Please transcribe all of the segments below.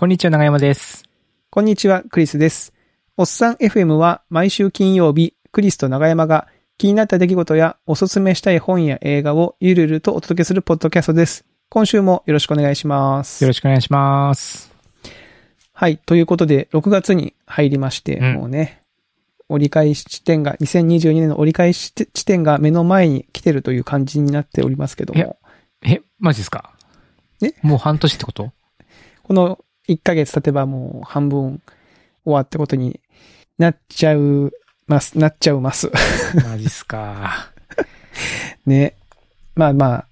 こんにちは、長山です。 こんにちは、クリスです。おっさん FM は毎週金曜日、クリスと長山が気になった出来事やおすすめしたい本や映画をゆるゆるとお届けするポッドキャストです。今週もよろしくお願いします。 よろしくお願いします。 はい、ということで、6月に入りまして、もうね、折り返し地点が、2022年の折り返し地点が目の前に来てるという感じになっておりますけども。 マジですか？ ね？ もう半年ってこと？ この1ヶ月経てばもう半分終わってことになっちゃうます。マジっすか。 ね。まあ、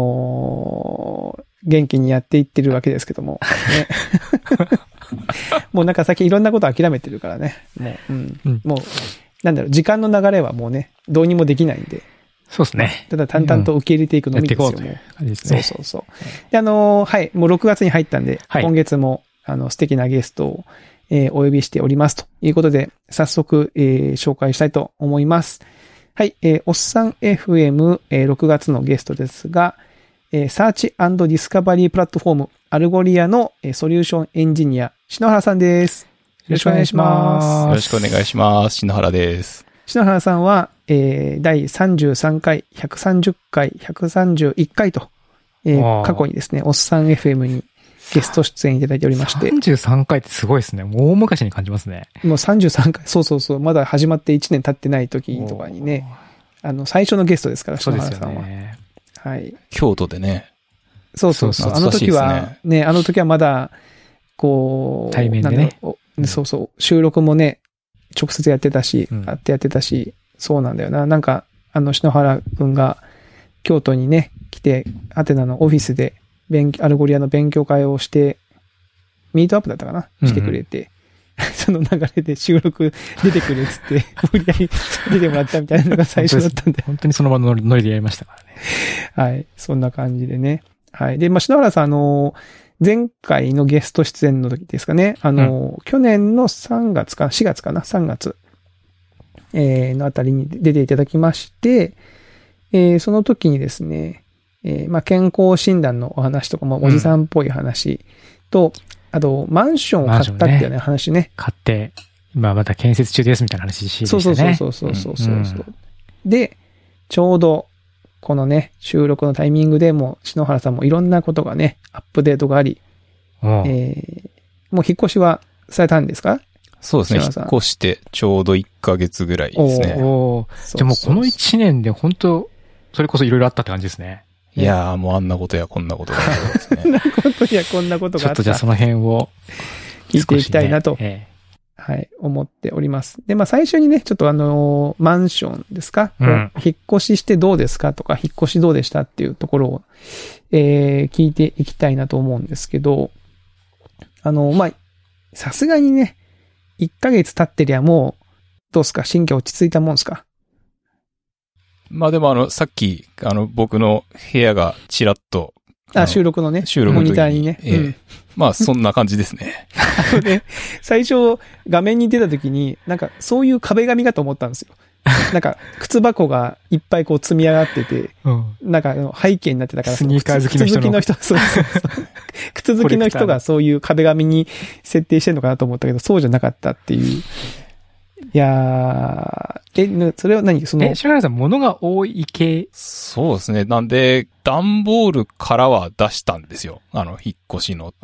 元気にやっていってるわけですけども。ね、もうなんか最近いろんなこと諦めてるからね。もう、なんだろう、時間の流れはもうね、どうにもできないんで。 そうですね。 ただ淡々と受け入れていくのみですよ、もう。そう。で、はい、もう6月に入ったんで、今月も、素敵なゲストを、お呼びしておりますということで、早速、紹介したいと思います。はい、おっさん FM、6月のゲストですが、サーチ&ディスカバリープラットフォーム、アルゴリアのソリューションエンジニア、篠原さんです。よろしくお願いします。 よろしくお願いします。篠原です。 篠原さんは、第33回、130回、131回と、過去にですね、おっさん FM にゲスト出演いただいておりまして。 33回ってすごいですね。もう大昔に感じますね。 もう33回、そう。まだ始まって1年経ってない時とかにね、最初のゲストですから、篠原さんは。ね、はい。 京都でね。 そう。あの時はね、まだ、こう、 対面でね。 そう。収録もね、直接やってたし、やってたし、そうなんだよな。なんか、篠原くんが京都にね、来て、アテナのオフィスで、アルゴリアの勉強会をして、ミートアップだったかなしてくれて、その流れで収録出てくるっつって、無理やり出てもらったみたいなのが最初だったんで。 本当にその場のノリでやりましたからね。 はい。そんな感じでね。はい。で、篠原さん、前回のゲスト出演の時ですかね。去年の4月かな ?3 月、のあたりに出ていただきまして、その時にですね、健康診断のお話とかも、おじさんっぽい話と、あと、マンションを買ったっていうね、話ね。 買って、今また建設中ですみたいな話でしたね。 そう。で、ちょうど、このね、収録のタイミングでもう、篠原さんもいろんなことがね、アップデートがあり、もう引っ越しはされたんですか？ そうですね。引っ越してちょうど1ヶ月ぐらいですね。 じゃあもうこの1年で本当それこそいろいろあったって感じですね。 いやーもうあんなことやこんなことがあったんですね。 あんなことやこんなことがあった。 ちょっとじゃあその辺を聞いていきたいなと、はい、思っております。で、最初にね、ちょっとマンションですか、引っ越ししてどうですかとか、引っ越しどうでしたっていうところを、聞いていきたいなと思うんですけど、さすがにね、1ヶ月経ってりゃもう、どうすか？心境落ち着いたもんすか？ でもさっき、僕の部屋がちらっと、 収録のね、モニターにね。 そんな感じですね。 最初、画面に出た時に、なんか、そういう壁紙かと思ったんですよ。なんか、靴箱がいっぱいこう積み上がってて、なんか背景になってたから、 スニーカー好きの人。 そう。靴好きの人がそういう壁紙に設定してるのかなと思ったけど、そうじゃなかったっていう。いやー、それは篠原さん、物が多い系？ そうですね。なんで、段ボールからは出したんですよ。引っ越しの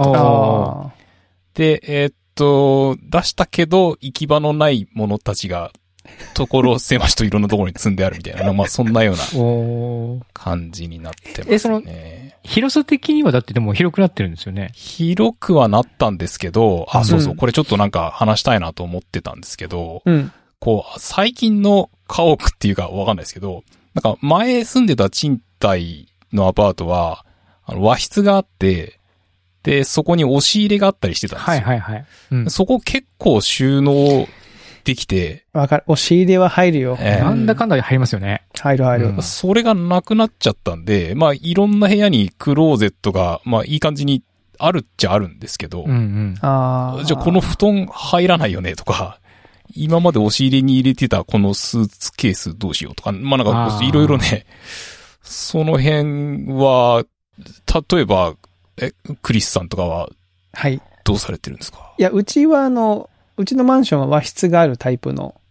で、出したけど、行き場のないものたちが、所狭しといろんなところに積んであるみたいな、そんなような感じになってますね。 広さ的にはだってでも広くなってるんですよね。 広くはなったんですけど、そう、これちょっとなんか話したいなと思ってたんですけど、最近の家屋っていうかわかんないですけど、なんか前住んでた賃貸のアパートは、和室があって、で、そこに押し入れがあったりしてたんですよ。 はい。 そこ結構収納できて。 わかる。押し入れは入るよ。 なんだかんだで入りますよね。 入る。 それがなくなっちゃったんで、いろんな部屋にクローゼットが、いい感じにあるっちゃあるんですけど、じゃあこの布団入らないよねとか、今まで押し入れに入れてたこのスーツケースどうしようとか、なんかいろいろね、その辺は、例えば、クリスさんとかは、 はい。 どうされてるんですか？ いや、うちはうちのマンションは和室があるタイプの、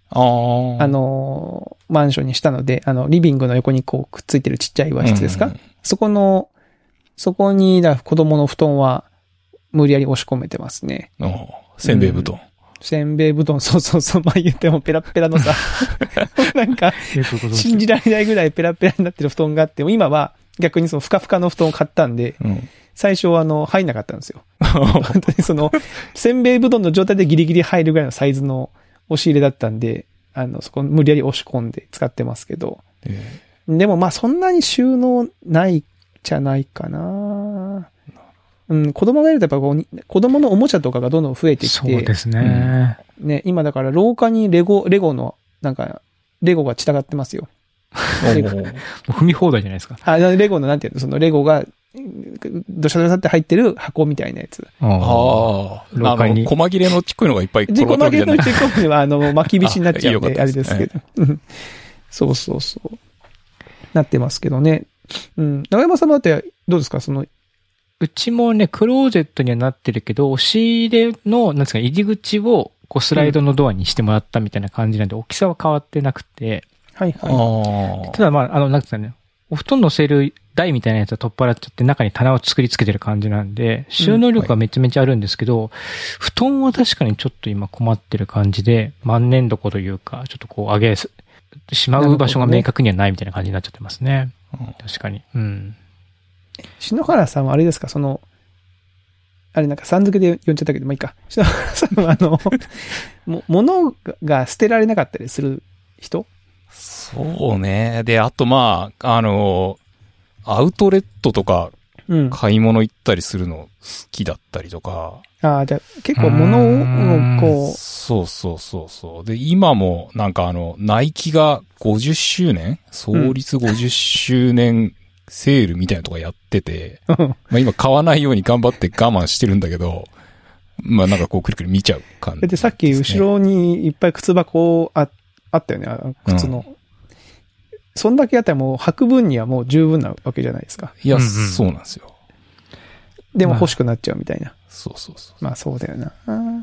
マンションにしたので、リビングの横にこうくっついてるちっちゃい和室ですか？うん、そこに、子供の布団は無理やり押し込めてますね。 せんべい布団。 せんべい布団、そう。まあ言ってもペラペラのさ、なんか、信じられないぐらいペラペラになってる布団があって、今は逆にそのふかふかの布団を買ったんで、最初は入んなかったんですよ。本当にせんべい布団の状態でギリギリ入るぐらいのサイズの押し入れだったんで、そこ無理やり押し込んで使ってますけど。でもまあそんなに収納ないじゃないかな。子供がいるとやっぱ子供のおもちゃとかがどんどん増えてきて。 そうですね。 ね、今だから廊下にレゴの、なんか、レゴが散らがってますよ。 踏み放題じゃないですか。 レゴのなんていうの、そのレゴが、どしゃどしゃって入ってる箱みたいなやつ。 廊下に。細切れのちっこいのがいっぱい転がってるじゃないですか。細切れのちっこいのは、巻き菱になっちゃうんで、あれですけど。そう。なってますけどね。長山様ってどうですか？ うちもね、クローゼットにはなってるけど、押し入れの、なんですか、入り口を、こう、スライドのドアにしてもらったみたいな感じなんで、大きさは変わってなくて。 はい。 ただまあ、なんですかね、お布団乗せる台みたいなやつは取っ払っちゃって、中に棚を作り付けてる感じなんで、収納力はめちゃめちゃあるんですけど、布団は確かにちょっと今困ってる感じで、万年床というか、ちょっとこう、上げしまう場所が明確にはないみたいな感じになっちゃってますね。確かに。 篠原さんはあれですか？あれなんかさん付けで呼んじゃったけど、まあいいか。篠原さんは物が捨てられなかったりする人？ そうね。で、あとまあ、アウトレットとか、買い物行ったりするの好きだったりとか。 じゃあ結構物をこう。 そう。で、今もなんかナイキが50周年創立50周年セールみたいなとかやってて、まあ今買わないように頑張って我慢してるんだけど、まあなんかこうくるくる見ちゃう感じ、ね。 で、さっき後ろにいっぱい靴箱あったよね、靴の。そんだけあったらもう履く分にはもう十分なわけじゃないですか。 いや、そうなんですよ。 でも欲しくなっちゃうみたいな。 そう。 まあそうだよな。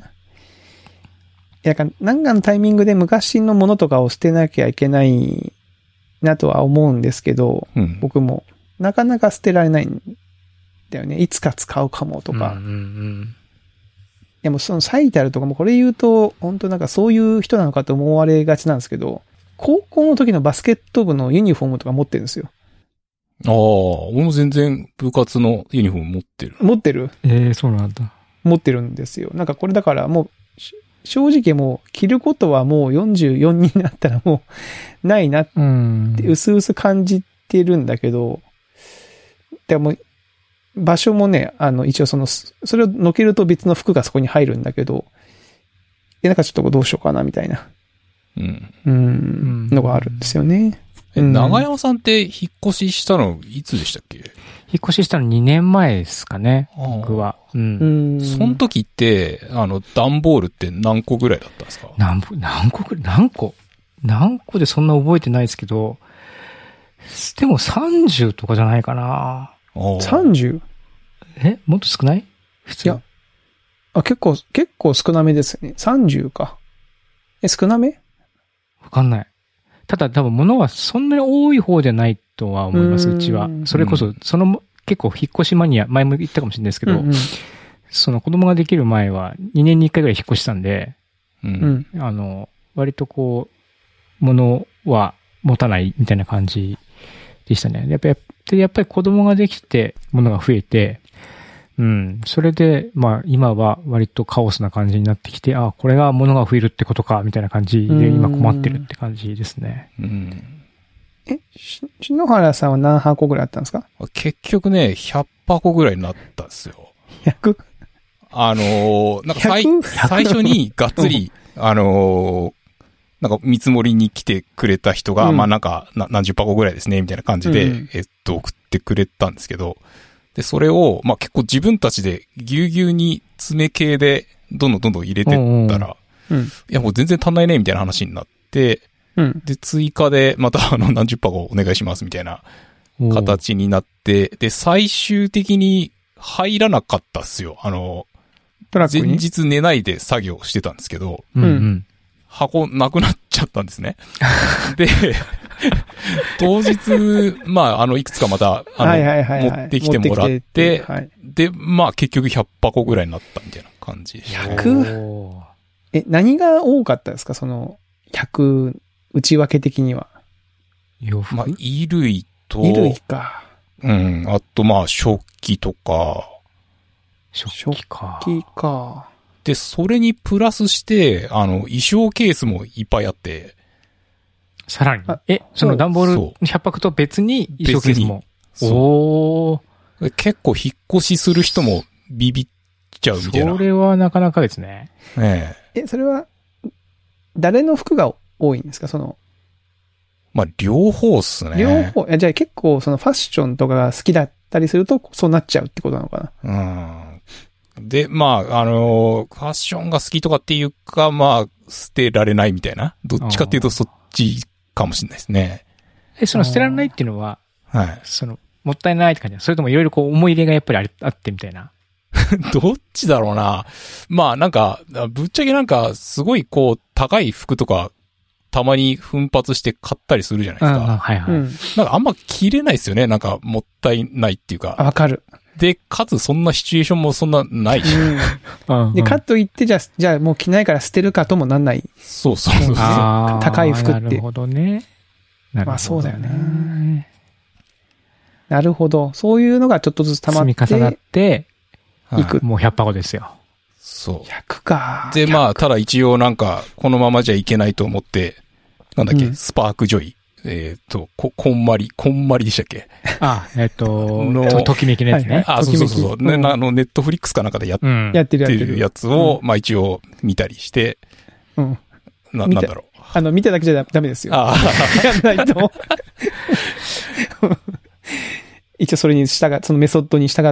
なんかのタイミングで昔のものとかを捨てなきゃいけないなとは思うんですけど、僕もなかなか捨てられないんだよね。いつか使うかもとか。でもその最たるとかもこれ言うと、本当なんかそういう人なのかと思われがちなんですけど、高校の時のバスケット部のユニフォームとか持ってるんですよ。 俺も全然部活のユニフォーム持ってる。 持ってる？ そうなんだ。 持ってるんですよ。なんかこれだからもう、正直もう着ることはもう44になったらもうないなって薄々感じてるんだけど、でも場所もね、一応それをのけると別の服がそこに入るんだけど、なんかちょっとどうしようかなみたいな、のがあるんですよね。 長山さんって引っ越ししたのいつでしたっけ？ 引っ越ししたの2年前ですかね、僕は。その時って、段ボールって何個ぐらいだったんですか？ 何個でそんな覚えてないですけど、でも30とかじゃないかな。 30？ もっと少ない？普通。いや。 結構少なめですね。30か。少なめ？ わかんない。ただ多分物はそんなに多い方じゃないとは思います、うちは。それこそ、結構引っ越しマニア、前も言ったかもしれないですけど、その子供ができる前は2年に1回ぐらい引っ越したんで、割とこう、物は持たないみたいな感じでしたね。やっぱり子供ができて物が増えて、それで、まあ今は割とカオスな感じになってきて、これが物が増えるってことか、みたいな感じで今困ってるって感じですね。 篠原さんは何箱ぐらいあったんですか？ 結局ね、100箱ぐらいになったんですよ。 100？ なんか最初にがっつり、なんか見積もりに来てくれた人が、まあなんか何十箱ぐらいですね、みたいな感じで、送ってくれたんですけど、で、それを、まあ結構自分たちでぎゅうぎゅうに詰め系でどんどん入れてったら、いやもう全然足んないね、みたいな話になって、で、追加でまた何十箱お願いします、みたいな形になって、で、最終的に入らなかったっすよ。 前日寝ないで作業してたんですけど、 うんうん、 箱なくなっちゃったんですね。で、当日、まあ、いくつかまた、持ってきてもらって、はい、で、まあ、結局100箱ぐらいになったみたいな感じでした。 100? 何が多かったですか100、内訳的には。 まあ、衣類と、 衣類か。 うん、あと、まあ、食器とか。 食器か。 で、それにプラスして、衣装ケースもいっぱいあって。 さらにその段ボール100箱と別に衣装ケースも。おー。結構引っ越しする人もビビっちゃうみたいな。 それはなかなかですね。 それは、誰の服が多いんですかまあ、両方っすね。 両方。じゃあ結構ファッションとかが好きだったりすると、そうなっちゃうってことなのかな。で、まあ、ファッションが好きとかっていうか、まあ、捨てられないみたいな。どっちかっていうとそっちかもしれないですね。 その捨てられないっていうのは、 はい。 もったいないって感じなの？それともいろいろ思い入れがやっぱりあってみたいな。 どっちだろうな。まあなんか、ぶっちゃけなんか、すごい高い服とか、たまに奮発して買ったりするじゃないですか。 はいはい。 なんかあんま着れないですよね。なんかもったいないっていうか。 わかる。 で、かつそんなシチュエーションもそんなないし。 で、かといってじゃあもう着ないから捨てるかともなんない。 そう。 高い服って。 なるほどね。 まあそうだよね。なるほど。そういうのがちょっとずつ溜まって。 積み重なって、 いく。 もう100箱ですよ。 そう。 100か。 で、まあ、ただ一応なんか、このままじゃいけないと思って、なんだっけ、スパークジョイ。こんまりでしたっけ？ ときめきのやつね。 そう。ネットフリックスかなんかでやってるやつを、まあ一応見たりして、なんだろう。見ただけじゃダメですよ。やんないと。一応それにそのメソッドに従って、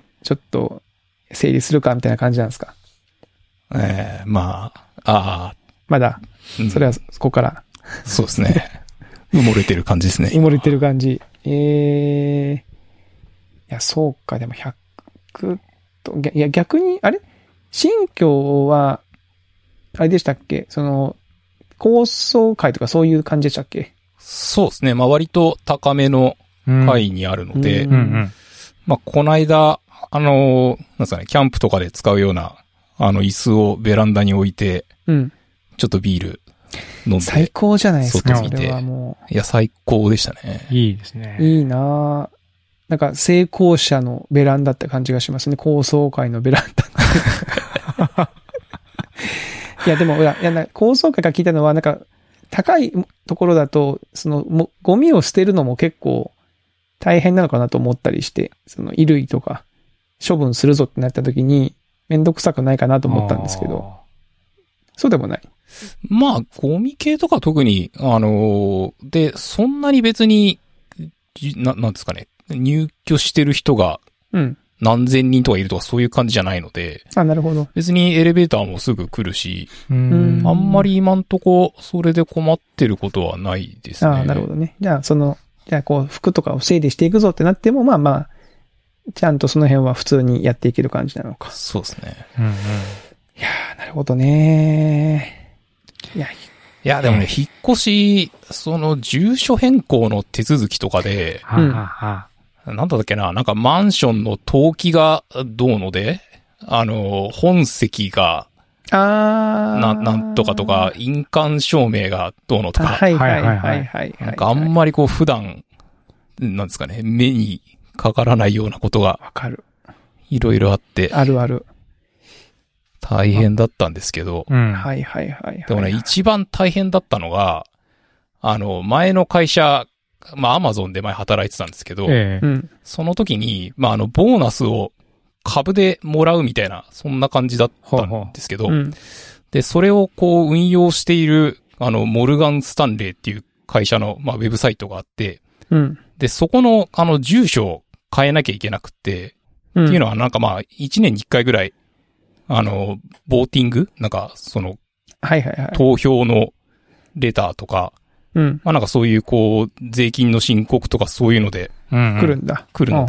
ちょっと、整理するかみたいな感じなんですか？ まあ、 まだ、それはここから。 そうですね。埋もれてる感じですね。 埋もれてる感じ。いや、そうか、でも100と、いや、逆に、新居は、あれでしたっけ？高層階とかそういう感じでしたっけ？ そうですね。まあ割と高めの階にあるので、まあこの間、なんですかね、キャンプとかで使うような、椅子をベランダに置いて、ちょっとビール飲んで。 最高じゃないですか、 外見て。 それはもう。 いや、最高でしたね。 いいですね。 いいなぁ。なんか、成功者のベランダって感じがしますね。高層階のベランダ。いや、でも、高層階が聞いたのは、なんか、高いところだと、ゴミを捨てるのも結構大変なのかなと思ったりして、衣類とか、処分するぞってなった時に、めんどくさくないかなと思ったんですけど、そうでもない。 まあ、ゴミ系とか特に、で、そんなに別に、なんですかね、入居してる人が、何千人とかいるとかそういう感じじゃないので、 なるほど。 別にエレベーターもすぐ来るし、あんまり今んとこ、それで困ってることはないですね。 なるほどね。じゃあ服とかを整理していくぞってなっても、まあ、ちゃんとその辺は普通にやっていける感じなのか。 そうですね。 いやー、なるほどね。 いや、でもね、引っ越し、住所変更の手続きとかで、なんだっけな、なんかマンションの登記がどうので、本籍が、なんとかとか、印鑑証明がどうのとか。 はい。 なんかあんまり普段、なんですかね、目にかからないようなことが、 わかる。 いろいろあって。 ある。 大変だったんですけど。 はい。 でもね、一番大変だったのが、前の会社、まあ、アマゾンで前働いてたんですけど、その時に、まあ、ボーナスを株でもらうみたいな、そんな感じだったんですけど、で、それを運用している、モルガン・スタンレーっていう会社の、まあ、ウェブサイトがあって、で、そこの、住所を変えなきゃいけなくって、っていうのはなんかまあ、1年に1回ぐらい、ボーティングなんか、投票のレターとか、まあなんかそういう税金の申告とかそういうので、 来るんだ。 来るので、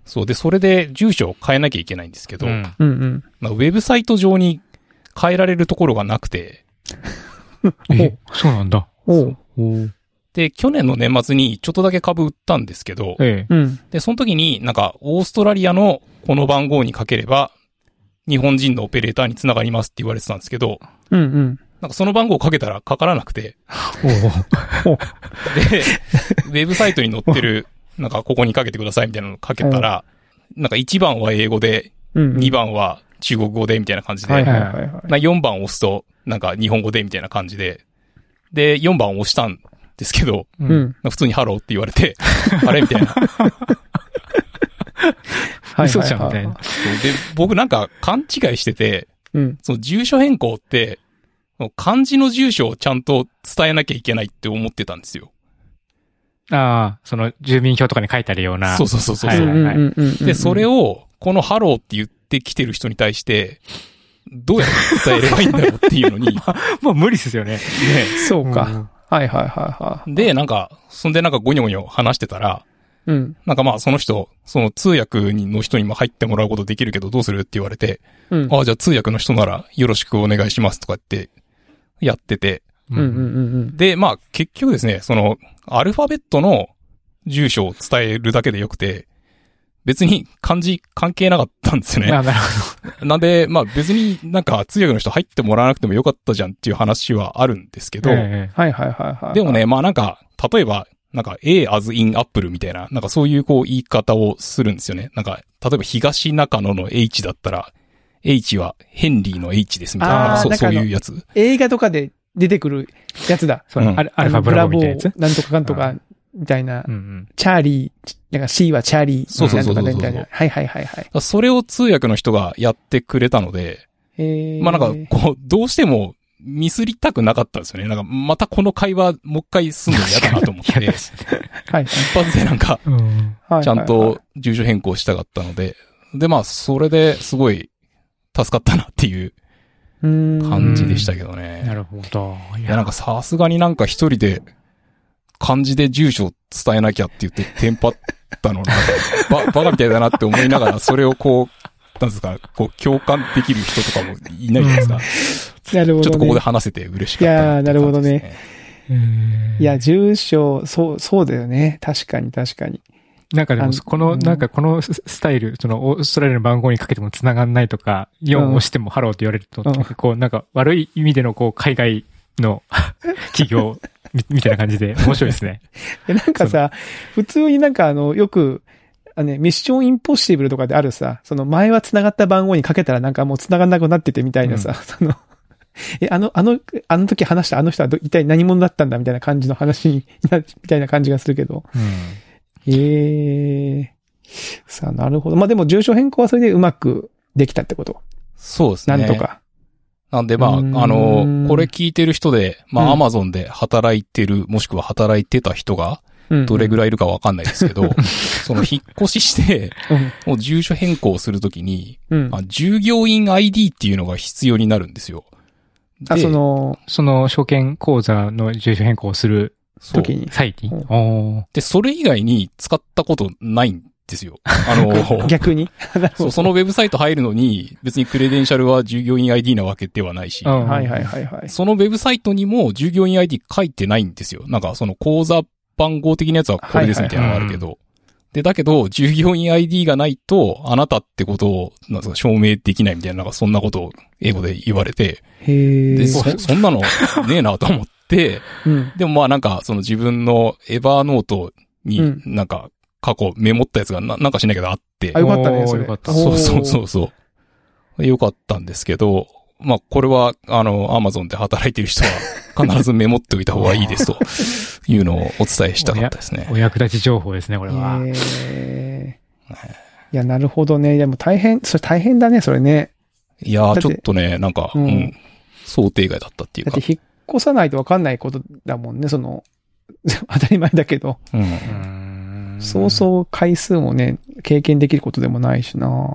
そうで、それで住所を変えなきゃいけないんですけど、 うんうん。 まあ、ウェブサイト上に変えられるところがなくて。 そうなんだ。 で、去年の年末にちょっとだけ株売ったんですけど、で、その時になんかオーストラリアのこの番号にかければ、日本人のオペレーターにつながりますって言われてたんですけど、なんかその番号をかけたらかからなくて、で、ウェブサイトに載ってる、なんかここにかけてくださいみたいなのをかけたら、なんか1番は英語で、2番は中国語でみたいな感じで、4番を押すと、なんか日本語でみたいな感じで、で、4番を押したんですけど、普通にハローって言われて、あれみたいな。 嘘じゃんみたいな。 で、僕なんか勘違いしてて、その住所変更って、漢字の住所をちゃんと伝えなきゃいけないって思ってたんですよ。 ああ、その住民票とかに書いてあるような。 そう。で、それを、このハローって言ってきてる人に対して、どうやって伝えればいいんだろうっていうのに。 もう無理ですよね。 そうか。はい。 で、なんか、そんでなんかゴニョゴニョ話してたら、なんかまあその人、その通訳の人にも入ってもらうことできるけどどうするって言われて、ああ、じゃあ通訳の人ならよろしくお願いしますとかってやってて、で、まあ結局ですね、そのアルファベットの住所を伝えるだけでよくて、別に漢字関係なかったんですよね。 なるほど。 なんで、まあ別になんか通訳の人入ってもらわなくてもよかったじゃんっていう話はあるんですけど、でもね、まあなんか、例えば、なんか A as in Apple みたいな、なんかそういうこう言い方をするんですよね。なんか、例えば東中野の H だったら、H はヘンリーの H ですみたいな、そういうやつ。 映画とかで出てくるやつだ。 アルファブラボみたいなやつ。 なんとかかんとか、みたいな。チャーリー、なんか C はチャーリー。 そう。 はい。 それを通訳の人がやってくれたので、まあなんか、こう、どうしても、ミスりたくなかったんですよね。なんか、またこの会話、もう一回すんの嫌だなと思って。一発でなんか、ちゃんと住所変更したかったので、で、まあ、それですごい、助かったなっていう感じでしたけどね。 なるほど。 いや、なんかさすがになんか一人で、漢字で住所伝えなきゃって言ってテンパったの、なんか、バカみたいだなって思いながら、それをこう、なんですか、こう、共感できる人とかもいないじゃないですか。 なるほど、ね。 ちょっとここで話せて嬉しかった、 いやー、なるほどね。いや、住所、そうだよね。確かに。 なんかでも、このスタイル、そのオーストラリアの番号にかけても繋がんないとか、4を押してもハローって言われると、こう、なんか悪い意味でのこう、海外の企業みたいな感じで面白いですね。 なんかさ、普通になんかよく、ミッションインポッシブルとかであるさ、その前は繋がった番号にかけたらなんかもう繋がんなくなっててみたいなさ、その、あの時話したあの人は一体何者だったんだみたいな感じの話になるみたいな感じがするけど。さあ、なるほど。まあでも住所変更はそれでうまくできたってこと。 そうですね。 なんとか。 なんでまあ、これ聞いてる人で、まあ、Amazon で働いてる、もしくは働いてた人が、どれぐらいいるかわかんないですけど、その引っ越しして、もう住所変更するときに、従業員 ID っていうのが必要になるんですよ。 その証券口座の住所変更をする時に、際に。 で、それ以外に使ったことないんですよ。 逆にそう、そのウェブサイト入るのに、別にクレデンシャルは従業員 ID なわけではないし、そのウェブサイトにも従業員 ID 書いてないんですよ。なんかその口座番号的なやつはこれですみたいなのがあるけど。で、だけど、従業員 ID がないと、あなたってことを、なんか証明できないみたいな、なんかそんなことを英語で言われて、で、そんなのねえなと思って、でもまあなんか、その自分のエバーノートになんか過去メモったやつがなんかしなきゃあって。 よかったね、それ。 よかった。そう。よかったんですけど、まあこれは、Amazon で働いてる人は必ずメモっておいた方がいいですというのをお伝えしたかったですね。 お役立ち情報ですね、これは。 いや、なるほどね。でもそれ大変だね、それね。 いやー、ちょっとね、なんか、想定外だったっていうか。 だって引っ越さないと分かんないことだもんね、その、当たり前だけど。そうそう回数もね、経験できることでもないしな。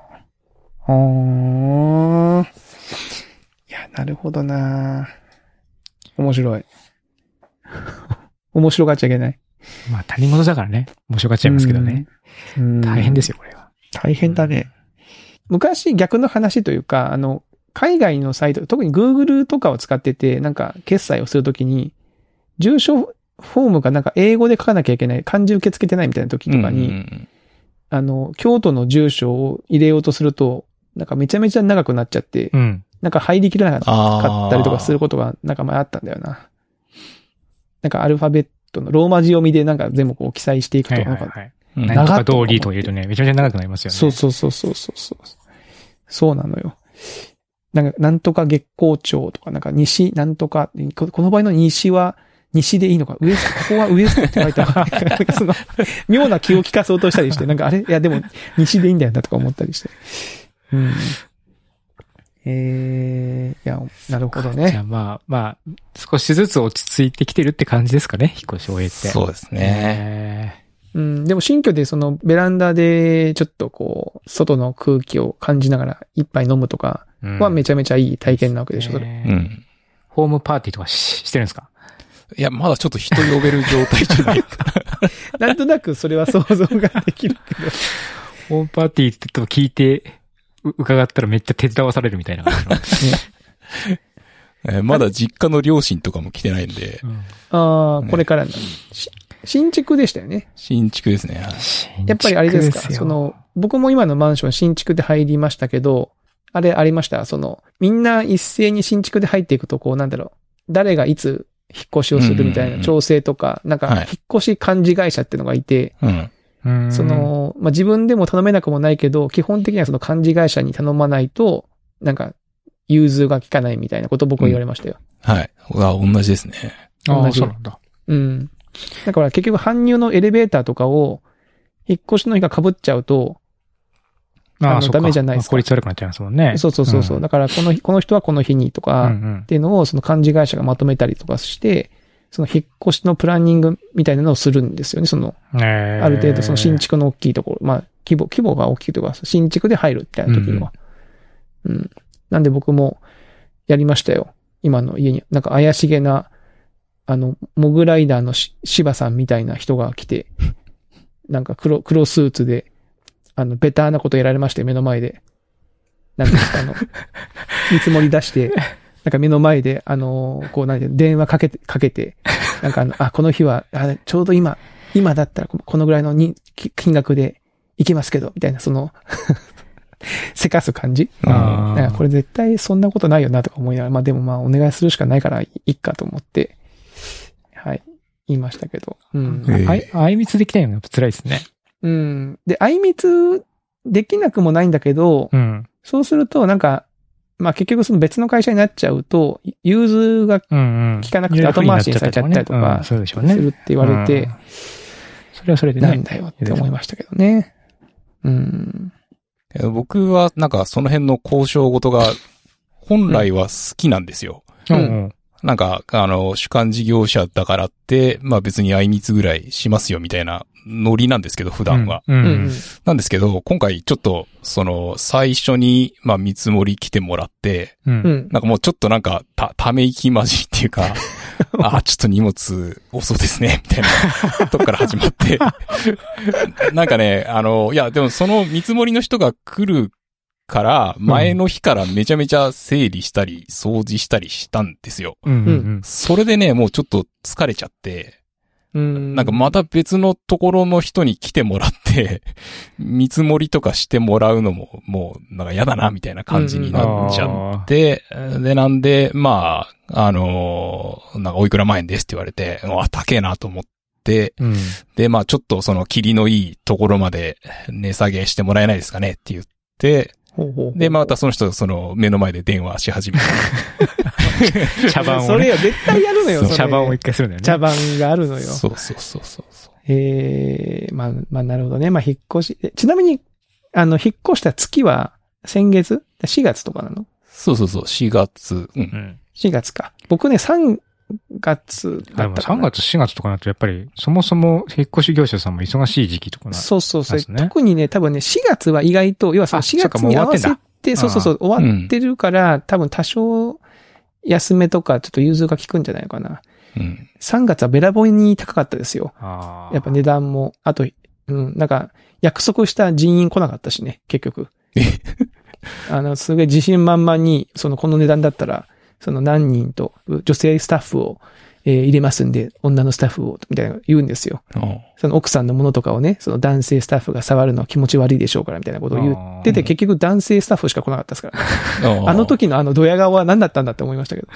いや、なるほどな。面白い。面白がっちゃいけない。 まあ他人事だからね、面白がっちゃいますけどね。大変ですよ、これは。 大変だね。昔逆の話というか、海外のサイト、特に Google とかを使ってて、なんか決済をするときに、住所フォームがなんか英語で書かなきゃいけない、漢字受け付けてないみたいな時とかに、京都の住所を入れようとすると、なんかめちゃめちゃ長くなっちゃって、なんか入りきらなかったりとかすることがなんか前あったんだよな。なんかアルファベットのローマ字読みでなんか全部こう記載していくと、なんか、 なんとか通りとか言うとね、めちゃめちゃ長くなりますよね。 そう。そうなのよ。なんとか月光町とか、なんか西、なんとか、この場合の西は、西でいいのか、ここはウエストって書いてある。なんかその、妙な気を利かそうとしたりして、なんかあれいやでも、西でいいんだよなとか思ったりして。いや、なるほどね。 じゃあまあ、少しずつ落ち着いてきてるって感じですかね、引っ越しを終えて。 そうですね。 でも新居でそのベランダでちょっとこう、外の空気を感じながら一杯飲むとかはめちゃめちゃいい体験なわけでしょ、それ。 ホームパーティーとかしてるんですか？ いや、まだちょっと人呼べる状態じゃないかな。なんとなくそれは想像ができるけど。 ホームパーティーって言っても聞いて、伺ったらめっちゃ手伝わされるみたいな。 まだ実家の両親とかも来てないんで。 これから新築でしたよね。 新築ですね。 やっぱりあれですか、僕も今のマンション新築で入りましたけど、あれありました、みんな一斉に新築で入っていくと、こう、誰がいつ引っ越しをするみたいな調整とか、なんか、引っ越し幹事会社っていうのがいて、自分でも頼めなくもないけど、基本的にはその幹事会社に頼まないと、なんか、融通が効かないみたいなことを僕は言われましたよ。 はい。同じですね。 同じ。 そうなんだ。 だから結局搬入のエレベーターとかを、引っ越しの日が被っちゃうと、ダメじゃないですか。 効率悪くなっちゃいますもんね。 そう。だからこの人はこの日にとか、っていうのをその幹事会社がまとめたりとかして、その引っ越しのプランニングみたいなのをするんですよね。ある程度その新築の大きいところ、規模が大きいというか、新築で入るみたいな時には。なんで僕もやりましたよ。今の家に。なんか怪しげな、モグライダーの芝さんみたいな人が来て、なんか黒スーツで、ベターなことやられまして、目の前で。なんか、見積もり出して、なんか目の前で、電話かけて、なんかこの日は、ちょうど今だったらこのぐらいの金額で行きますけど、みたいな、せかす感じ。なんかこれ絶対そんなことないよなとか思いながら、でもお願いするしかないからいいかと思って、はい、言いましたけど。 あいみつできないのがやっぱ辛いですね。 で、あいみつできなくもないんだけど、そうするとなんか、結局その別の会社になっちゃうと、融通が効かなくて後回しにされちゃったりとか、するって言われて、 それはそれでなんだよって思いましたけどね。 僕はなんかその辺の交渉事が本来は好きなんですよ。なんか、主幹事業者だからって、別にあいみつぐらいしますよみたいなノリなんですけど、普段は。なんですけど、今回ちょっと、最初に、見積もり来てもらって、なんかもうちょっとなんか、ため息まじっていうか、ちょっと荷物遅ですね、みたいなとこから始まって。なんかね、いや、でもその見積もりの人が来るから、前の日からめちゃめちゃ整理したり、掃除したりしたんですよ。それでね、もうちょっと疲れちゃって、なんかまた別のところの人に来てもらって、見積もりとかしてもらうのも、もうなんか嫌だな、みたいな感じになっちゃって、で、なんで、なんかおいくら万円ですって言われて、高えなと思って、で、ちょっと霧のいいところまで値下げしてもらえないですかねって言って、で、またその人、目の前で電話し始めて。 茶番を、ね。それよ、絶対やるのよ、 茶番を一回するんだよね。 茶番があるのよ。 そう。 なるほどね。引っ越し。ちなみに、引っ越した月は先月 ?4 月とかなの？ そう、4月。 4月か。僕ね、3月だったかな。 3月、4月とかなると、やっぱり、そもそも引っ越し業者さんも忙しい時期とかな、ね。 そう。特にね、多分ね、4月は意外と、要はその4月に合わせて、そう、終わってるから、多分多少、安めとか、ちょっと融通が効くんじゃないかな。3月はべらぼうに高かったですよ。やっぱ値段も、あと、 なんか、約束した人員来なかったしね、結局。すごい自信満々に、この値段だったら、何人と、女性スタッフを、入れますんで、女のスタッフを、みたいな言うんですよ。その奥さんのものとかをね、男性スタッフが触るのは気持ち悪いでしょうから、みたいなことを言ってて、結局男性スタッフしか来なかったですからね。あの時のドヤ顔は何だったんだって思いましたけど。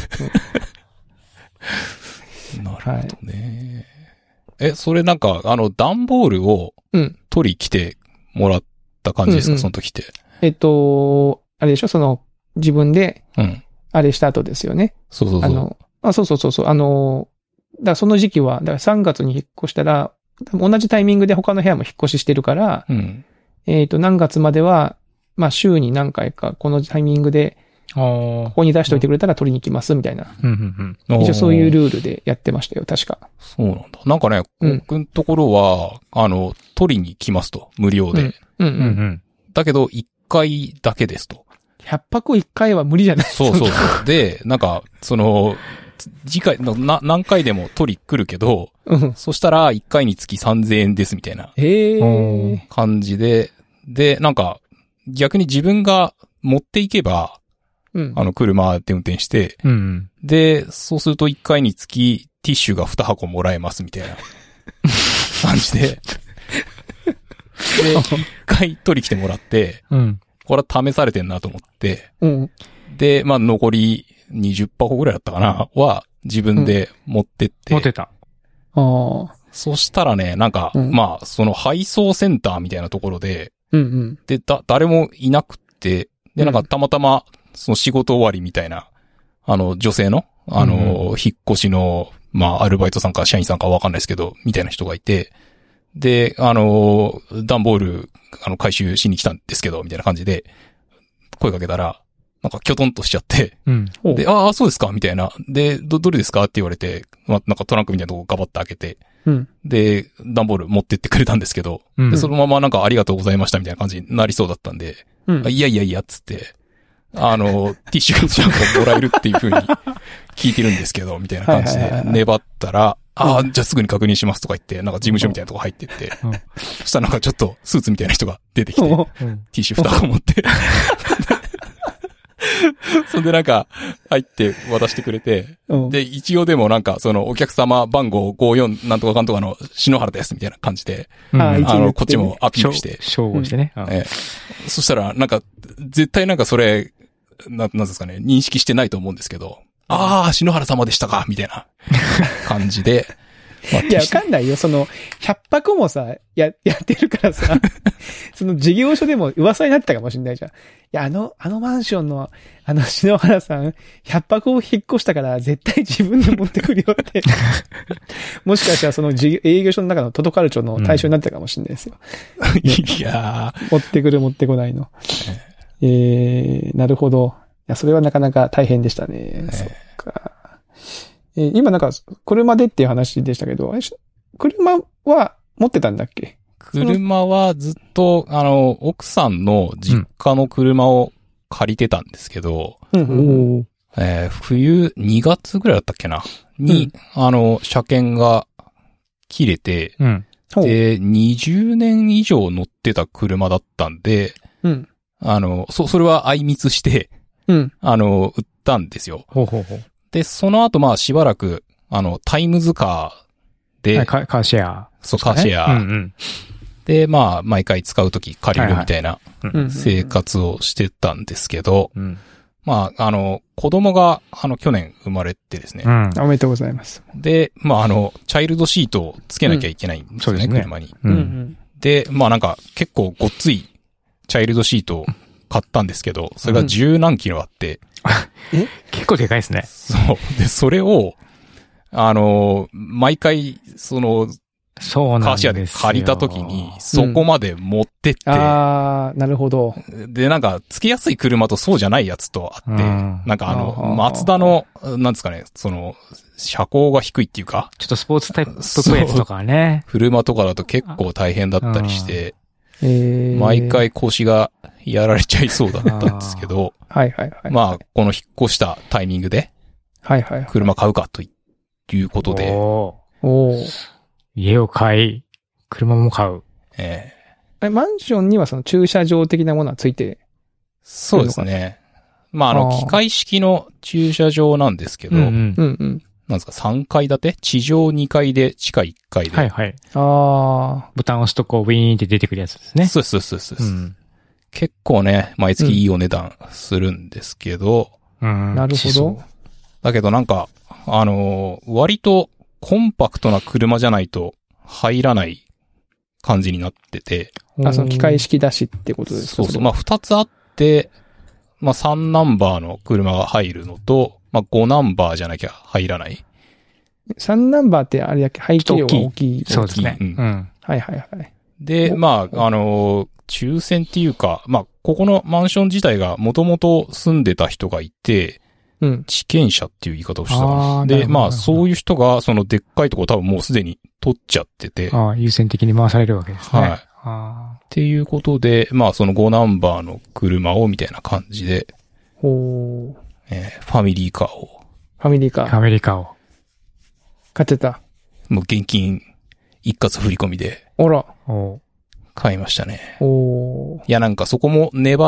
なるほどね。それなんか、段ボールを取り来てもらった感じですか、その時って。 あれでしょ、自分で、あれした後ですよね。 そうそうそう。 そうそうそうそう。だからその時期は、だから3月に引っ越したら、同じタイミングで他の部屋も引っ越ししてるから、何月までは、まあ週に何回か、このタイミングで、ここに出しておいてくれたら取りに行きます、みたいな。一応そういうルールでやってましたよ、確か。 そうなんだ。なんかね、僕のところは、取りに来ますと、無料で。だけど、1回だけですと。 100箱1回は無理じゃない？ そうそうそう。で、なんか、次回の何回でも取り来るけど、そしたら1回につき3000円ですみたいな感じで、で、なんか逆に自分が持っていけば、車で運転して、で、そうすると1回につきティッシュが2箱もらえますみたいな感じで、で、1回取り来てもらって、これは試されてんなと思って、で、まあ残り20箱ぐらいだったかなは自分で持ってって。 持ってた。 そしたらね、なんか、まあ、配送センターみたいなところで、で、誰もいなくって、で、なんかたまたま、仕事終わりみたいな、女性の、引っ越しの、まあ、アルバイトさんか社員さんかわかんないですけど、みたいな人がいて、で、段ボール、回収しに来たんですけど、みたいな感じで、声かけたら、なんかキョトンとしちゃって、で、ああ、そうですかみたいな。で、どれですかって言われて、まあ、なんかトランクみたいなとこガバッと開けて、で、段ボール持ってってくれたんですけど、で、そのままなんかありがとうございましたみたいな感じになりそうだったんで、いやいやいや、つって、ティッシュちゃんともらえるっていう風に聞いてるんですけど、みたいな感じで粘ったら、ああ、じゃあすぐに確認しますとか言って、なんか事務所みたいなとこ入ってって、そしたらなんかちょっとスーツみたいな人が出てきて、ティッシュ2箱持って、そんでなんか、入って渡してくれて、で、一応でもなんか、お客様番号54なんとかかんとかの篠原ですみたいな感じで、こっちもアピールして。 照合してね。 そしたら、なんか、絶対なんかそれ、なんですかね、認識してないと思うんですけど、ああ、篠原様でしたかみたいな感じで。 いや、わかんないよ。100箱もさ、やってるからさ、事業所でも噂になってたかもしれないじゃん。いや、あのマンションの、篠原さん、100箱を引っ越したから、絶対自分で持ってくるよって。もしかしたら営業所の中のトトカルチョの対象になってたかもしれないですよ。 いやー。 持ってくる持ってこないの。なるほど。いや、それはなかなか大変でしたね。そっか。今なんか、車でっていう話でしたけど、車は持ってたんだっけ？ 車はずっと、奥さんの実家の車を借りてたんですけど、冬2月ぐらいだったっけなに、車検が切れて、で、20年以上乗ってた車だったんで、それは相密して、売ったんですよ。で、その後、まあ、しばらく、タイムズカーで、 カーシェア。 そう、カーシェア。で、まあ、毎回使うとき借りるみたいな生活をしてたんですけど、まあ、子供が、去年生まれてですね。 おめでとうございます。 で、まあ、チャイルドシートをつけなきゃいけないんですよね、車に。で、まあなんか、結構ごっついチャイルドシートを買ったんですけど、それが10何キロあって、 結構でかいですね。 そう。で、それを、毎回、 そうなんですよ。 カーシェアで借りた時に、そこまで持ってって、 ああ、なるほど。 で、なんか、つけやすい車とそうじゃないやつとあって、なんかマツダの、なんですかね、車高が低いっていうか、 ちょっとスポーツタイプっぽいやつとかね。 車とかだと結構大変だったりして、毎回腰がやられちゃいそうだったんですけど、まあ、この引っ越したタイミングで、車買うかということで、 家を買い、 車も買う。 マンションにはその駐車場的なものはついてそうですね。まあ、機械式の駐車場なんですけど、なんですか、3階建て地上2階で地下1階で。 はいはい。ボタンを押すとこう、ウィーンって出てくるやつですね。 そう。結構ね、毎月いいお値段するんですけど。 なるほど。 だけどなんか、割とコンパクトな車じゃないと入らない感じになってて。 その機械式だしってことですか？ そう。まあ、2つあって、まあ、3ナンバーの車が入るのと、まあ、5ナンバーじゃなきゃ入らない。 3ナンバーってあれだけ排気量が大きい。 そうですね。 はい。 で、まあ、抽選っていうか、まあ、ここのマンション自体がもともと住んでた人がいて、地権者っていう言い方をしてた。で、まあ、そういう人が、そのでっかいとこ多分もうすでに取っちゃってて。 優先的に回されるわけですね。 はい。っていうことで、まあ、その5ナンバーの車をみたいな感じで、ファミリーカーを。 ファミリーカーを。買ってた。 もう現金一括振り込みで。 あら。 買いましたね。いや、なんかそこも粘って、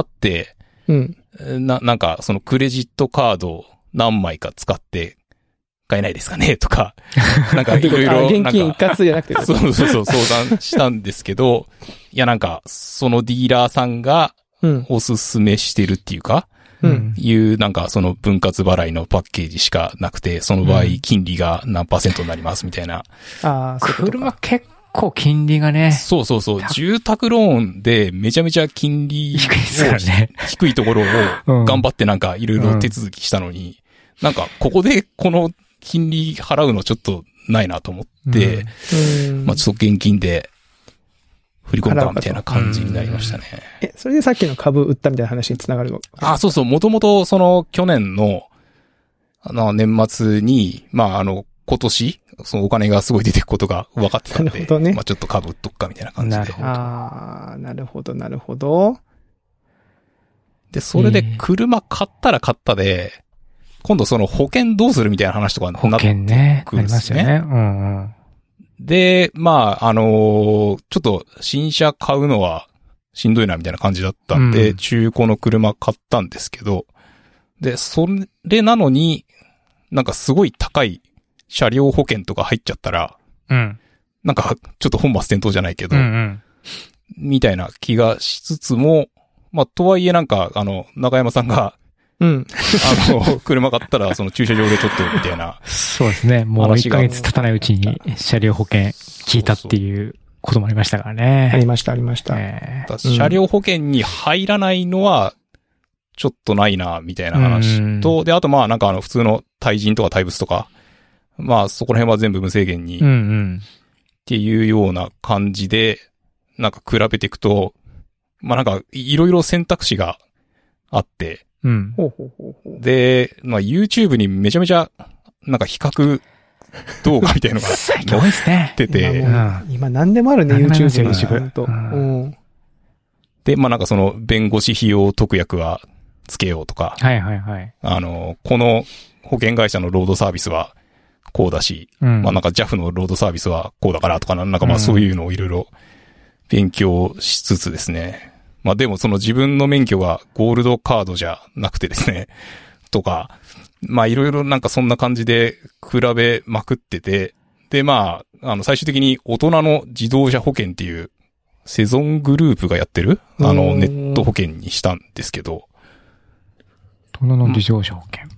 なんかそのクレジットカードを何枚か使って買えないですかねとか、なんかいろいろ。 現金一括じゃなくて。 そう相談したんですけど、いやなんかそのディーラーさんがおすすめしてるっていうか、いうなんかその分割払いのパッケージしかなくて、その場合金利が何%になりますみたいな。 車結構金利がね。 そう。住宅ローンでめちゃめちゃ金利低いですからね。 低いところを頑張ってなんかいろいろ手続きしたのに、なんかここでこの金利払うのちょっとないなと思って、まあちょっと現金で振り込むかみたいな感じになりましたね。 それでさっきの株売ったみたいな話につながるの？ そう。もともとその去年の年末に、まあ今年、そのお金がすごい出てくことが分かってたんで、まあちょっと株売っとくかみたいな感じで。 なるほど。 で、それで車買ったら買ったで、今度その保険どうするみたいな話とかになってくるんですね。 保険ね。ありますよね。 で、まあちょっと新車買うのはしんどいなみたいな感じだったんで、中古の車買ったんですけど、で、それなのに、なんかすごい高い車両保険とか入っちゃったら、なんかちょっと本末転倒じゃないけど、みたいな気がしつつも、まあとはいえなんか中山さんが、車買ったらその駐車場でちょっとみたいな。 そうですね。もう1ヶ月経たないうちに車両保険聞いたっていうこともありましたからね。 ありました。 車両保険に入らないのは、ちょっとないな、みたいな話と、で、あとまあなんか普通の対人とか対物とか、まあそこら辺は全部無制限に、っていうような感じで、なんか比べていくと、まあなんかいろいろ選択肢があって、で、まあ YouTube にめちゃめちゃ、なんか比較動画みたいなのが載ってて、 今何でもあるね、YouTube。 で、まあなんかその弁護士費用特約はつけようとか、この保険会社のロードサービスはこうだし、まあなんか JAF のロードサービスはこうだからとか、なんかまあそういうのをいろいろ勉強しつつですね。まあでもその自分の免許がゴールドカードじゃなくてですね、とか、まあいろいろなんかそんな感じで比べまくってて、でまあ、最終的に大人の自動車保険っていうセゾングループがやってるネット保険にしたんですけど。 大人の自動車保険。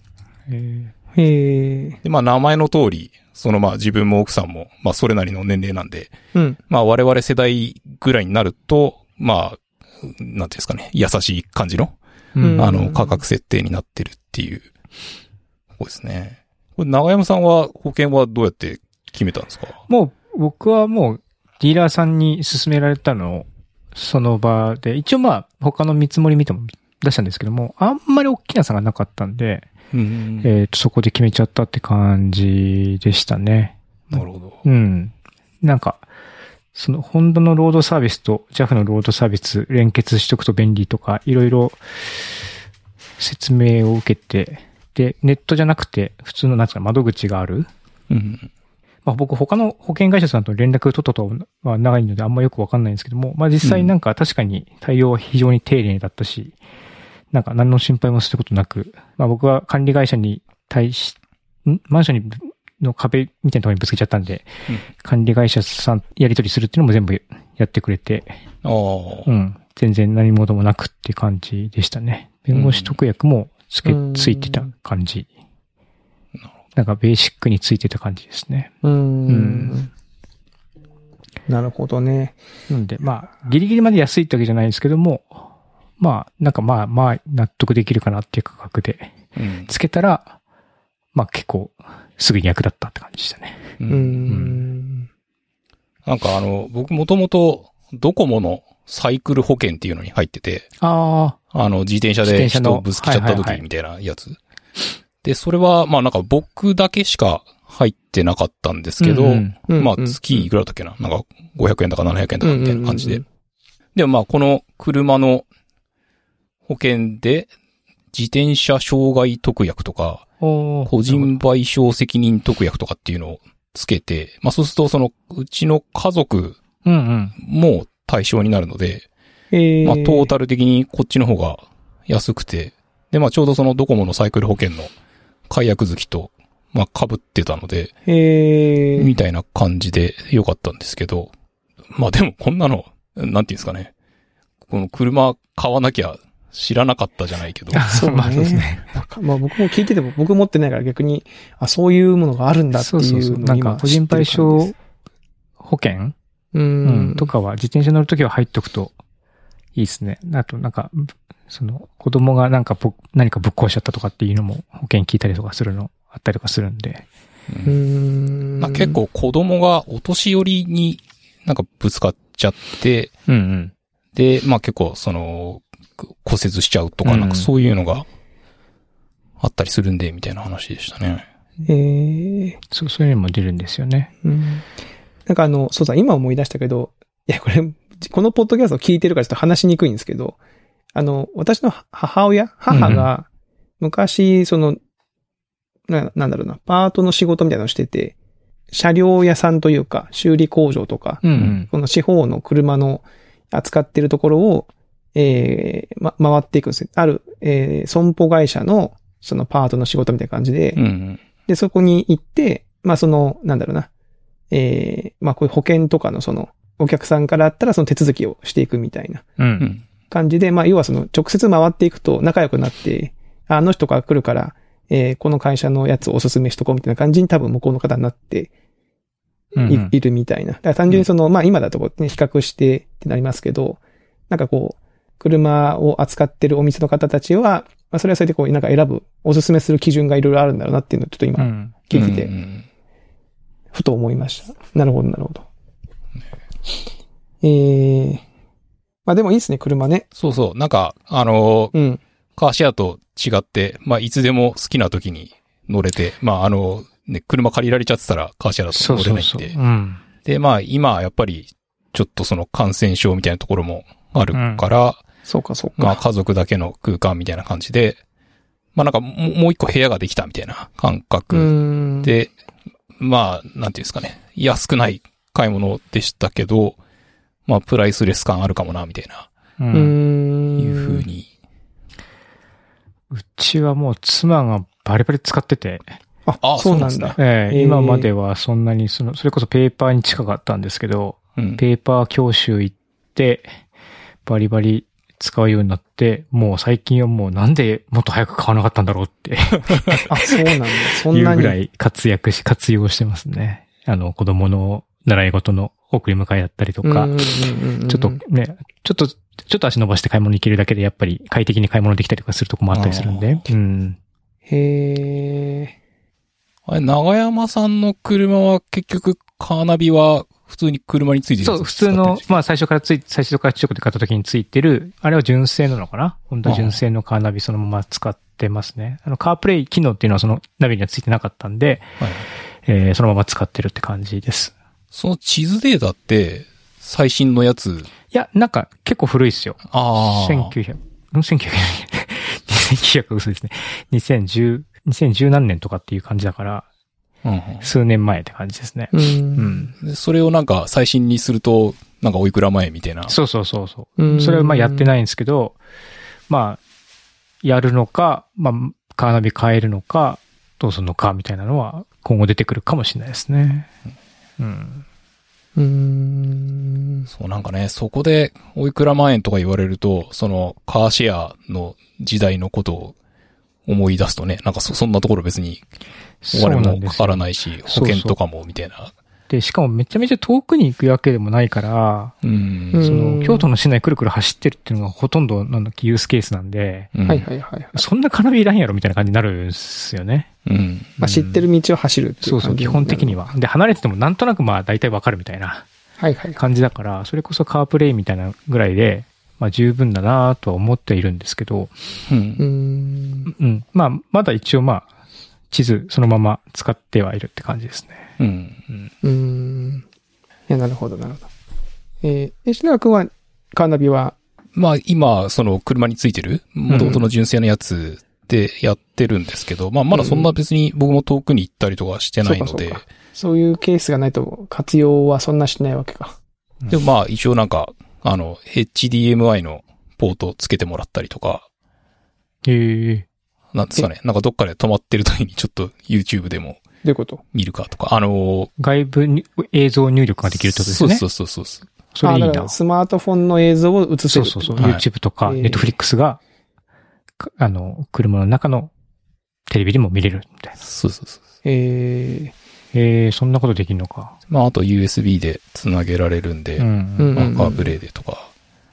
で、まあ名前の通り、そのまあ自分も奥さんも、まあそれなりの年齢なんで、まあ我々世代ぐらいになると、まあ、なんていうんですかね、優しい感じの、価格設定になってるっていう、ここですね。これ長山さんは保険はどうやって決めたんですか？ もう、僕はもう、ディーラーさんに勧められたのを、その場で、一応まあ、他の見積もり見ても出したんですけども、あんまり大きな差がなかったんで、そこで決めちゃったって感じでしたね。 なるほど。 なんか、その、ホンダのロードサービスと JAF のロードサービス連結しとくと便利とか、いろいろ説明を受けて、で、ネットじゃなくて、普通のなんつうか窓口がある。 まあ僕他の保険会社さんと連絡取ったとは長いのであんまよくわかんないんですけども、まあ実際なんか確かに対応は非常に丁寧だったし、なんか何の心配もすることなく、まあ僕は管理会社にマンションの壁みたいなところにぶつけちゃったんで、管理会社さんやり取りするっていうのも全部やってくれて、全然何事もなくって感じでしたね。弁護士特約もついてた感じ。なんかベーシックについてた感じですね。 なるほどね。 なんで、まあ、ギリギリまで安いってわけじゃないですけども、まあ、なんかまあ、納得できるかなっていう価格で、つけたら、まあ結構、すぐに役立ったって感じでしたね。 なんか僕もともと、ドコモのサイクル保険っていうのに入ってて、自転車で人をぶつけちゃった時みたいなやつ。で、それは、まあなんか僕だけしか入ってなかったんですけど、まあ月いくらだったっけな、なんか500円とか700円とかみたいな感じで。でもまあこの車の保険で、自転車障害特約とか、個人賠償責任特約とかっていうのをつけて、まあそうするとうちの家族も対象になるので、まあトータル的にこっちの方が安くて、でまあちょうどドコモのサイクル保険の解約月と、まあ被ってたので、みたいな感じでよかったんですけど、まあでもこんなの、なんていうんですかね、この車買わなきゃ知らなかったじゃないけど。 そうですね。まあ僕も聞いてても僕持ってないから逆に、そういうものがあるんだっていうのなんか個人賠償保険とかは自転車乗るときは入っとくといいですね。あとなんか、子供が何かぶっ壊しちゃったとかっていうのも保険聞いたりとかするのあったりとかするんで。 まあ、結構子供がお年寄りになんかぶつかっちゃって、で、まあ結構骨折しちゃうとかなんかそういうのがあったりするんで、みたいな話でしたね。 そういうのも出るんですよね。 なんかそうだ、今思い出したけど、いや、このポッドキャストを聞いてるからちょっと話しにくいんですけど、私の母が、昔、なんだろうな、パートの仕事みたいなのをしてて、車両屋さんというか、修理工場とか、この地方の車の扱ってるところを、回っていくんですよ。ある、損保会社の、パートの仕事みたいな感じで、で、そこに行って、まあ、なんだろうな、まあ、こういう保険とかのお客さんからあったら手続きをしていくみたいな感じで、まあ、要は直接回っていくと仲良くなって、あの人が来るから、この会社のやつをおすすめしとこうみたいな感じに多分向こうの方になっているみたいな。だから単純にまあ、今だとね、比較してってなりますけど、なんかこう、車を扱ってるお店の方たちは、まあ、それはそれでこう、なんか選ぶ、おすすめする基準がいろいろあるんだろうなっていうのをちょっと今、聞いてて、ふと思いました。なるほど、なるほど。まあでもいいですね、車ね。 そうそう。なんか、カーシェアと違って、まあいつでも好きな時に乗れて、まあね、車借りられちゃってたらカーシェアだと乗れないんで。で、まあ今やっぱり、ちょっと感染症みたいなところもあるから、 そうかそうか。 まあ家族だけの空間みたいな感じで、まあなんかもう一個部屋ができたみたいな感覚で、まあ、なんていうんですかね。安くない買い物でしたけど、まあ、プライスレス感あるかもな、みたいな。いう風に。 うちはもう妻がバリバリ使ってて。 そうなんだ。 今まではそんなにそれこそペーパーに近かったんですけど、ペーパー教習行って、バリバリ使うようになって、もう最近はもうなんでもっと早く買わなかったんだろうって。 そうなんだ。そんなに。 いうぐらい活用してますね。子供の習い事の送り迎えだったりとか、ちょっとね、ちょっと足伸ばして買い物に行けるだけでやっぱり快適に買い物できたりとかするとこもあったりするんで。 あれ、長山さんの車は結局カーナビは普通に車についてる。 そう、普通の、まあ最初から中古で買った時についてる、あれは純正なのかな？本当は純正のカーナビそのまま使ってますね。カープレイ機能っていうのはそのナビにはついてなかったんで、そのまま使ってるって感じです。 その地図データって最新のやつ？ いや、なんか結構古いっすよ。1900嘘ですね。2010何年とかっていう感じだから、 数年前って感じですね。 でそれをなんか最新にすると、なんかおいくら前みたいな。 そう。それはまあやってないんですけど、まあ、やるのか、まあ、カーナビ変えるのか、どうするのかみたいなのは今後出てくるかもしれないですね。 そうなんかね、そこでおいくら万円とか言われると、そのカーシェアの時代のことを思い出すとね、なんかそんなところ別にお金もかからないし、保険とかもみたいな。 で、しかもめちゃめちゃ遠くに行くわけでもないから、その京都の市内くるくる走ってるっていうのがほとんどユースケースなんで、そんなカーナビいらんやろみたいな感じになるんですよね。 まあ知ってる道を走るっていう感じ。 そう、基本的には。で、離れててもなんとなくまあ大体わかるみたいな感じだから、それこそカープレイみたいなぐらいで、まあ十分だなとは思っているんですけど、まあ、まだ一応まあ、地図そのまま使ってはいるって感じですね。 いや、なるほど。吉永君は、カーナビはまあ今、その車についてる、元々の純正のやつでやってるんですけど、まあまだそんな別に僕も遠くに行ったりとかしてないので。 そういうケースがないと活用はそんなしないわけか。 でもまあ一応なんか、HDMI のポートつけてもらったりとか。なんですかね。なんかどっかで止まってる時にちょっと YouTube でも。 どういうこと見るかとか。 外部映像入力ができるってことですね。 そう。 それいいな。 スマートフォンの映像を映せる。 そう。YouTube とか Netflix が、車の中のテレビでも見れるみたいな。 そう。 そんなことできるのか。 まああと USB でつなげられるんで、まあカープレイでとか。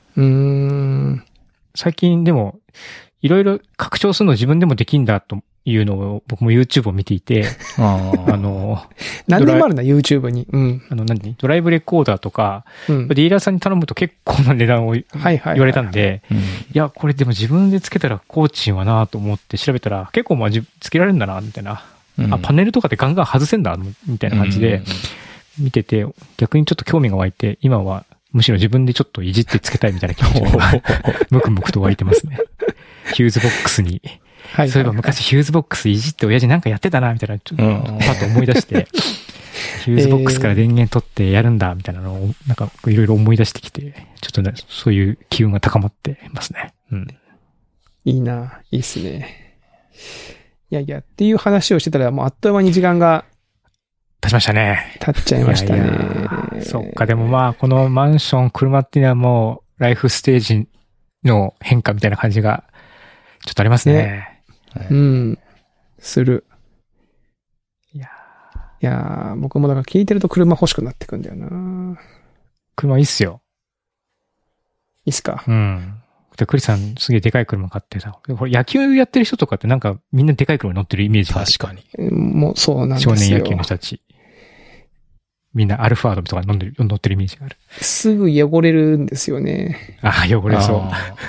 最近でも、いろいろ拡張するの自分でもできんだというのを僕も YouTube を見ていて、 何でもあるな、YouTube に。 ドライブレコーダーとか、ディーラーさんに頼むと結構な値段を言われたんで、いや、これでも自分でつけたら工賃はなと思って調べたら、結構まあつけられるんだな、みたいな。パネルとかでガンガン外せんだ、みたいな感じで、見てて、逆にちょっと興味が湧いて、今はむしろ自分でちょっといじってつけたいみたいな気持ちが、ムクムクと湧いてますね。ヒューズボックスに。そういえば昔ヒューズボックスいじって親父なんかやってたな、みたいな、ちょっとパッと思い出して、ヒューズボックスから電源取ってやるんだ、みたいなのを、なんかいろいろ思い出してきて、ちょっとね、そういう機運が高まってますね。 いいな、いいっすね。いや、っていう話をしてたら、もうあっという間に時間が経ちましたね。 経っちゃいましたね。 そっか、でもまあ、このマンション、車っていうのはもう、ライフステージの変化みたいな感じが、ちょっとありますね。 する。いや、僕もだから聞いてると車欲しくなってくんだよな。 車いいっすよ。 いいっすか。 で、クリさんすげえでかい車買ってさ、これ野球やってる人とかってなんかみんなでかい車に乗ってるイメージがある。 確かに。 もうそうなんですよ。 少年野球の人たち。みんなアルファードとか乗ってるイメージがある。 すぐ汚れるんですよね。 汚れそう。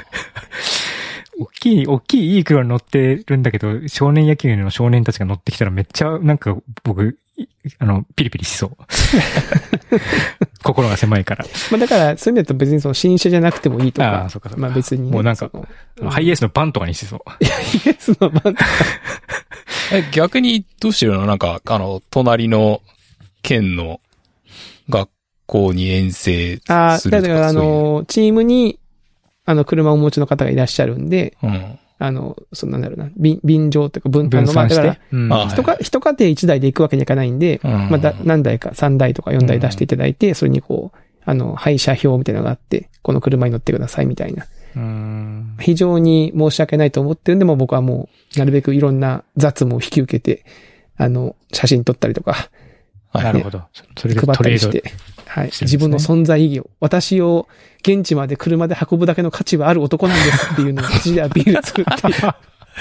大きいいい車に乗ってるんだけど、少年野球の少年たちが乗ってきたらめっちゃなんか僕、ピリピリしそう。心が狭いから。 まあだから、そういう意味だと別にその新車じゃなくてもいいとか。 そうか。 まあ別に、ね。 もうなんか、ハイエースのバンとかにしてそう。 ハイエースのバンとか。 逆にどうしてるの？なんか、隣の県の学校に遠征するとか。 だからチームに、車をお持ちの方がいらっしゃるんで、なんだろうな、便乗というか分担の、だから、一家庭一台で行くわけにはいかないんで、まあ、何台か3台とか4台出していただいて、それにこう、配車表みたいなのがあって、この車に乗ってくださいみたいな。非常に申し訳ないと思ってるんで、も僕はもう、なるべくいろんな雑務を引き受けて、写真撮ったりとか。 なるほど。 それで配ったりして。はい。自分の存在意義を、私を現地まで車で運ぶだけの価値はある男なんですっていうのを口でアピールするっていう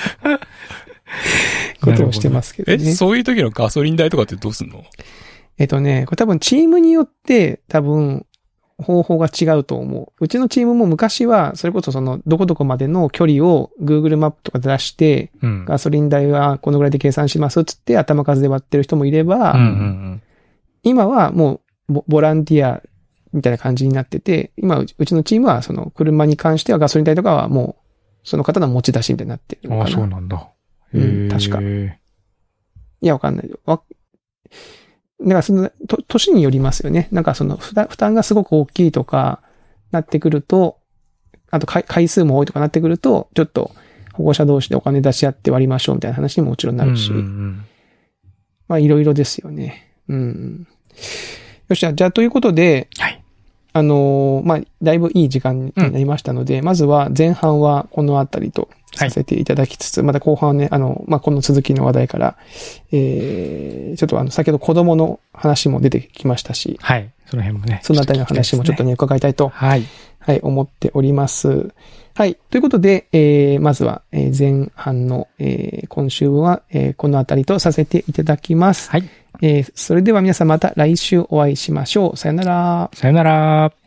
ことをしてますけどね。 そういう時のガソリン代とかってどうすんの？ これ多分チームによって多分方法が違うと思う。うちのチームも昔はそれこそどこどこまでの距離を Google マップとかで出して、ガソリン代はこのぐらいで計算しますっつって頭数で割ってる人もいれば、今はもうボランティアみたいな感じになってて、今うちのチームは車に関してはガソリン代とかはもうその方の持ち出しみたいになってるのかな。 そうなんだ。 確か。いや、わかんないよ。 なんかその、年によりますよね。なんかその負担がすごく大きいとか、なってくると、あと回数も多いとかなってくると、ちょっと保護者同士でお金出し合って割りましょうみたいな話にももちろんなるし。まあいろいろですよね。よし、じゃあということで、 はい。 まあ、だいぶいい時間になりましたので、まずは前半はこのあたりとさせていただきつつ、また後半はね、まあ、この続きの話題から、ちょっと先ほど子供の話も出てきましたし、 はい。その辺もね。 そのあたりの話もちょっとね、伺いたいと、 はい。 はい、思っております。はい。ということで、まずは、前半の、今週は、このあたりとさせていただきます。 はい。 それでは皆さんまた来週お会いしましょう。さよなら。 さよなら。